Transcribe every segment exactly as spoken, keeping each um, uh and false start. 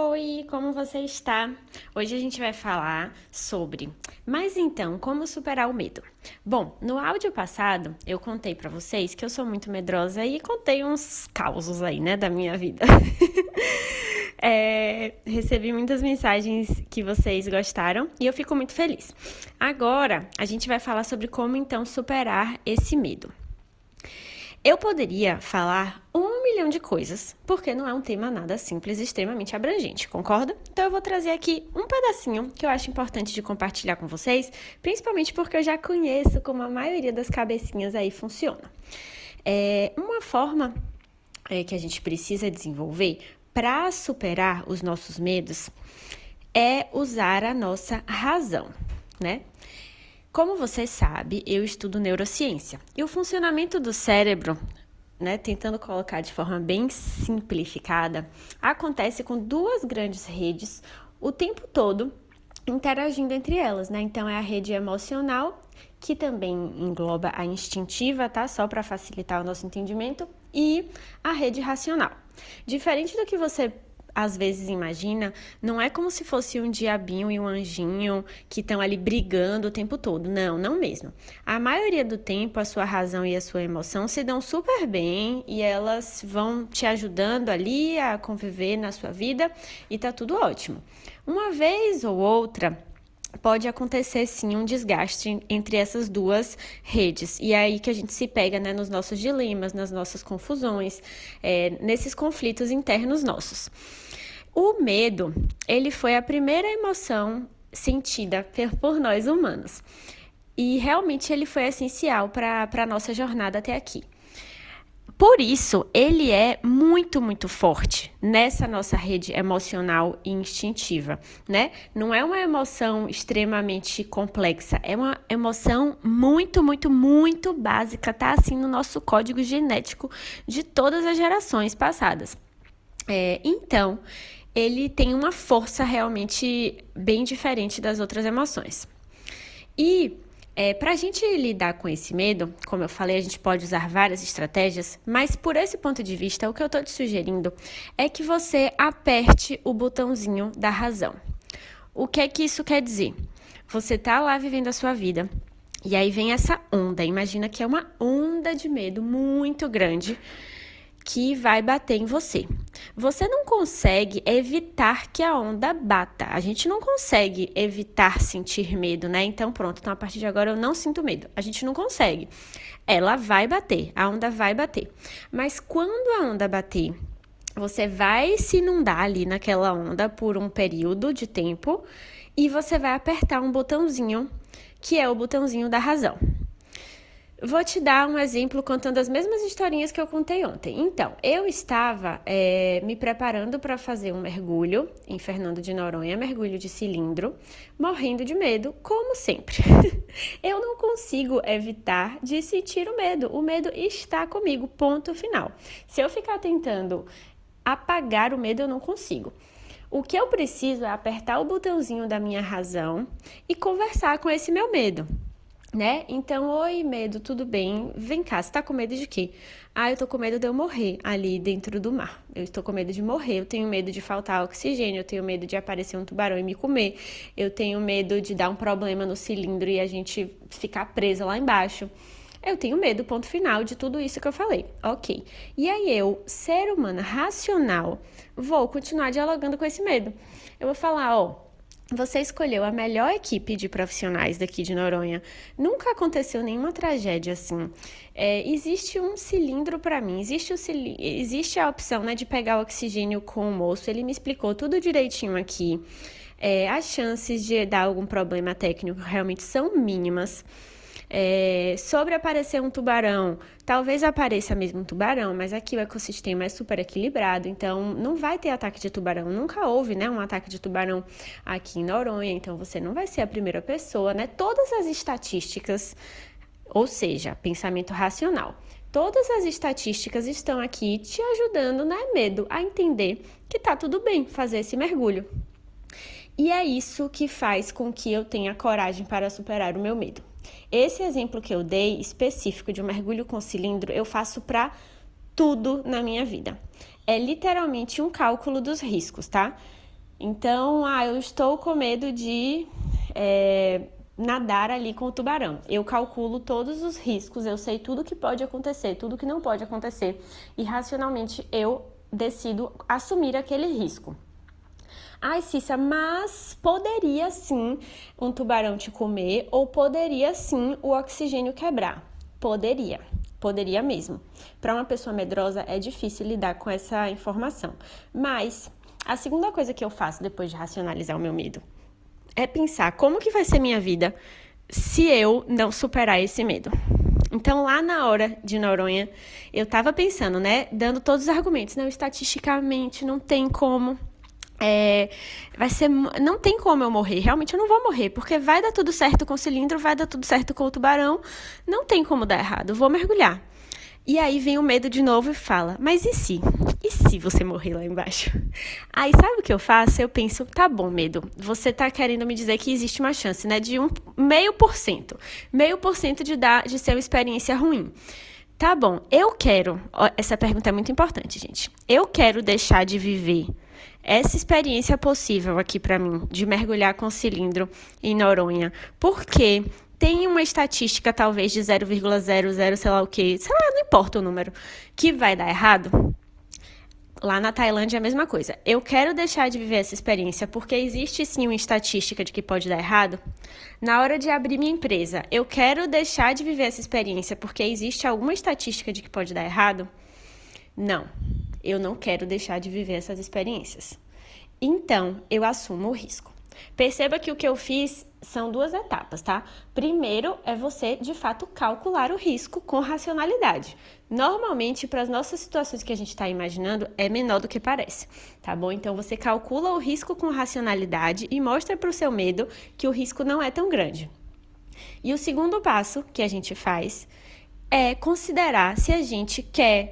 Oi, como você está? Hoje a gente vai falar sobre, mas então, como superar o medo? Bom, no áudio passado eu contei pra vocês que eu sou muito medrosa e contei uns causos aí, né, da minha vida. É, recebi muitas mensagens que vocês gostaram e eu fico muito feliz. Agora a gente vai falar sobre como então superar esse medo. Eu poderia falar um milhão de coisas, porque não é um tema nada simples e extremamente abrangente, concorda? Então eu vou trazer aqui um pedacinho que eu acho importante de compartilhar com vocês, principalmente porque eu já conheço como a maioria das cabecinhas aí funciona. É uma forma é, que a gente precisa desenvolver para superar os nossos medos é usar a nossa razão, né? Como você sabe, eu estudo neurociência e o funcionamento do cérebro, né, tentando colocar de forma bem simplificada, acontece com duas grandes redes o tempo todo interagindo entre elas, né? Então é a rede emocional, que também engloba a instintiva, tá? Só para facilitar o nosso entendimento, e a rede racional. Diferente do que você às vezes imagina, não é como se fosse um diabinho e um anjinho que estão ali brigando o tempo todo. Não, não mesmo. A maioria do tempo, a sua razão e a sua emoção se dão super bem e elas vão te ajudando ali a conviver na sua vida e tá tudo ótimo. Uma vez ou outra, pode acontecer sim um desgaste entre essas duas redes. E é aí que a gente se pega, né, nos nossos dilemas, nas nossas confusões, é, nesses conflitos internos nossos. O medo, ele foi a primeira emoção sentida por nós humanos. E realmente ele foi essencial para a nossa jornada até aqui. Por isso, ele é muito, muito forte nessa nossa rede emocional e instintiva, né? Não é uma emoção extremamente complexa, é uma emoção muito, muito, muito básica, tá assim no nosso código genético de todas as gerações passadas. É, então, ele tem uma força realmente bem diferente das outras emoções. E é, para a gente lidar com esse medo, como eu falei, a gente pode usar várias estratégias, mas por esse ponto de vista, o que eu estou te sugerindo é que você aperte o botãozinho da razão. O que é que isso quer dizer? Você está lá vivendo a sua vida e aí vem essa onda, imagina que é uma onda de medo muito grande que vai bater em você. Você não consegue evitar que a onda bata. A gente não consegue evitar sentir medo, né? Então pronto, então a partir de agora eu não sinto medo. A gente não consegue. Ela vai bater, a onda vai bater. Mas quando a onda bater, você vai se inundar ali naquela onda por um período de tempo e você vai apertar um botãozinho, que é o botãozinho da razão. Vou te dar um exemplo contando as mesmas historinhas que eu contei ontem. Então, eu estava é, me preparando para fazer um mergulho em Fernando de Noronha, mergulho de cilindro, morrendo de medo, como sempre. Eu não consigo evitar de sentir o medo. O medo está comigo, ponto final. Se eu ficar tentando apagar o medo, eu não consigo. O que eu preciso é apertar o botãozinho da minha razão e conversar com esse meu medo. Né? Então, oi, medo, tudo bem? Vem cá, você tá com medo de quê? Ah, eu tô com medo de eu morrer ali dentro do mar. Eu estou com medo de morrer, eu tenho medo de faltar oxigênio, eu tenho medo de aparecer um tubarão e me comer, eu tenho medo de dar um problema no cilindro e a gente ficar presa lá embaixo. Eu tenho medo, ponto final, de tudo isso que eu falei. Ok. E aí eu, ser humana racional, vou continuar dialogando com esse medo. Eu vou falar, ó, você escolheu a melhor equipe de profissionais daqui de Noronha. Nunca aconteceu nenhuma tragédia assim. É, existe um cilindro para mim, existe, o cili- existe a opção, né, de pegar o oxigênio com o moço. Ele me explicou tudo direitinho aqui. É, as chances de dar algum problema técnico realmente são mínimas. É, sobre aparecer um tubarão, talvez apareça mesmo um tubarão, mas aqui o ecossistema é super equilibrado, então não vai ter ataque de tubarão. Nunca houve, né, um ataque de tubarão aqui em Noronha, então você não vai ser a primeira pessoa, né? Todas as estatísticas, ou seja, pensamento racional, todas as estatísticas estão aqui te ajudando, né, medo, a entender que tá tudo bem fazer esse mergulho. E é isso que faz com que eu tenha coragem para superar o meu medo. Esse exemplo que eu dei, específico de um mergulho com cilindro, eu faço para tudo na minha vida. É literalmente um cálculo dos riscos, tá? Então, ah, eu estou com medo de é, nadar ali com o tubarão. Eu calculo todos os riscos, eu sei tudo que pode acontecer, tudo que não pode acontecer, e racionalmente eu decido assumir aquele risco. Ai, Cissa, mas poderia sim um tubarão te comer ou poderia sim o oxigênio quebrar. Poderia, poderia mesmo. Para uma pessoa medrosa é difícil lidar com essa informação. Mas a segunda coisa que eu faço depois de racionalizar o meu medo é pensar como que vai ser minha vida se eu não superar esse medo. Então, lá na hora de Noronha, eu tava pensando, né, dando todos os argumentos, não, estatisticamente não tem como. É, vai ser, não tem como eu morrer, realmente eu não vou morrer, porque vai dar tudo certo com o cilindro, vai dar tudo certo com o tubarão, não tem como dar errado, eu vou mergulhar. E aí vem o medo de novo e fala, mas e se? E se você morrer lá embaixo? Aí sabe o que eu faço? Eu penso, tá bom, medo, você tá querendo me dizer que existe uma chance, né, de um meio por cento, meio por cento de dar, de ser uma experiência ruim. Tá bom, eu quero, essa pergunta é muito importante, gente, eu quero deixar de viver essa experiência possível aqui para mim, de mergulhar com cilindro em Noronha, porque tem uma estatística talvez de zero vírgula zero zero, sei lá o que, sei lá, não importa o número, que vai dar errado. Lá na Tailândia é a mesma coisa. Eu quero deixar de viver essa experiência porque existe sim uma estatística de que pode dar errado. Na hora de abrir minha empresa, eu quero deixar de viver essa experiência porque existe alguma estatística de que pode dar errado? Não, eu não quero deixar de viver essas experiências. Então, eu assumo o risco. Perceba que o que eu fiz são duas etapas, tá? Primeiro é você, de fato, calcular o risco com racionalidade. Normalmente, para as nossas situações que a gente está imaginando, é menor do que parece, tá bom? Então, você calcula o risco com racionalidade e mostra para o seu medo que o risco não é tão grande. E o segundo passo que a gente faz é considerar se a gente quer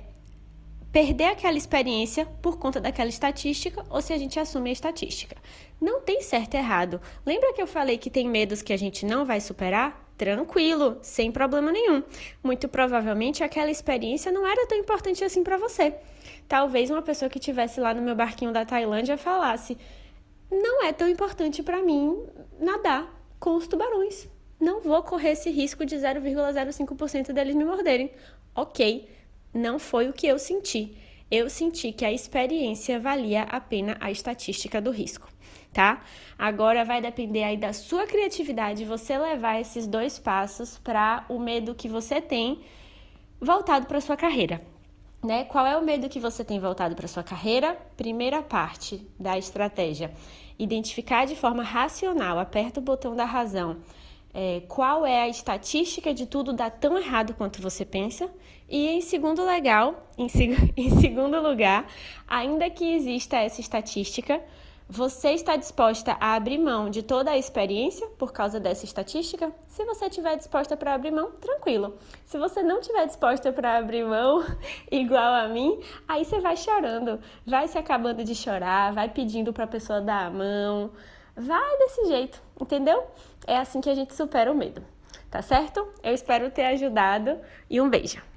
perder aquela experiência por conta daquela estatística ou se a gente assume a estatística. Não tem certo e errado. Lembra que eu falei que tem medos que a gente não vai superar? Tranquilo, sem problema nenhum. Muito provavelmente aquela experiência não era tão importante assim para você. Talvez uma pessoa que estivesse lá no meu barquinho da Tailândia falasse: não é tão importante para mim nadar com os tubarões. Não vou correr esse risco de zero vírgula zero cinco por cento deles me morderem. Ok. Não foi o que eu senti. Eu senti que a experiência valia a pena a estatística do risco, tá? Agora vai depender aí da sua criatividade você levar esses dois passos para o medo que você tem voltado para sua carreira, né? Qual é o medo que você tem voltado para sua carreira? Primeira parte da estratégia: identificar de forma racional, aperta o botão da razão. É, qual é a estatística de tudo dar tão errado quanto você pensa? E em segundo legal, em, seg- em segundo lugar, ainda que exista essa estatística, você está disposta a abrir mão de toda a experiência por causa dessa estatística? Se você estiver disposta para abrir mão, tranquilo. Se você não estiver disposta para abrir mão, igual a mim, aí você vai chorando, vai se acabando de chorar, vai pedindo para a pessoa dar a mão, vai desse jeito, entendeu? É assim que a gente supera o medo, tá certo? Eu espero ter ajudado e um beijo!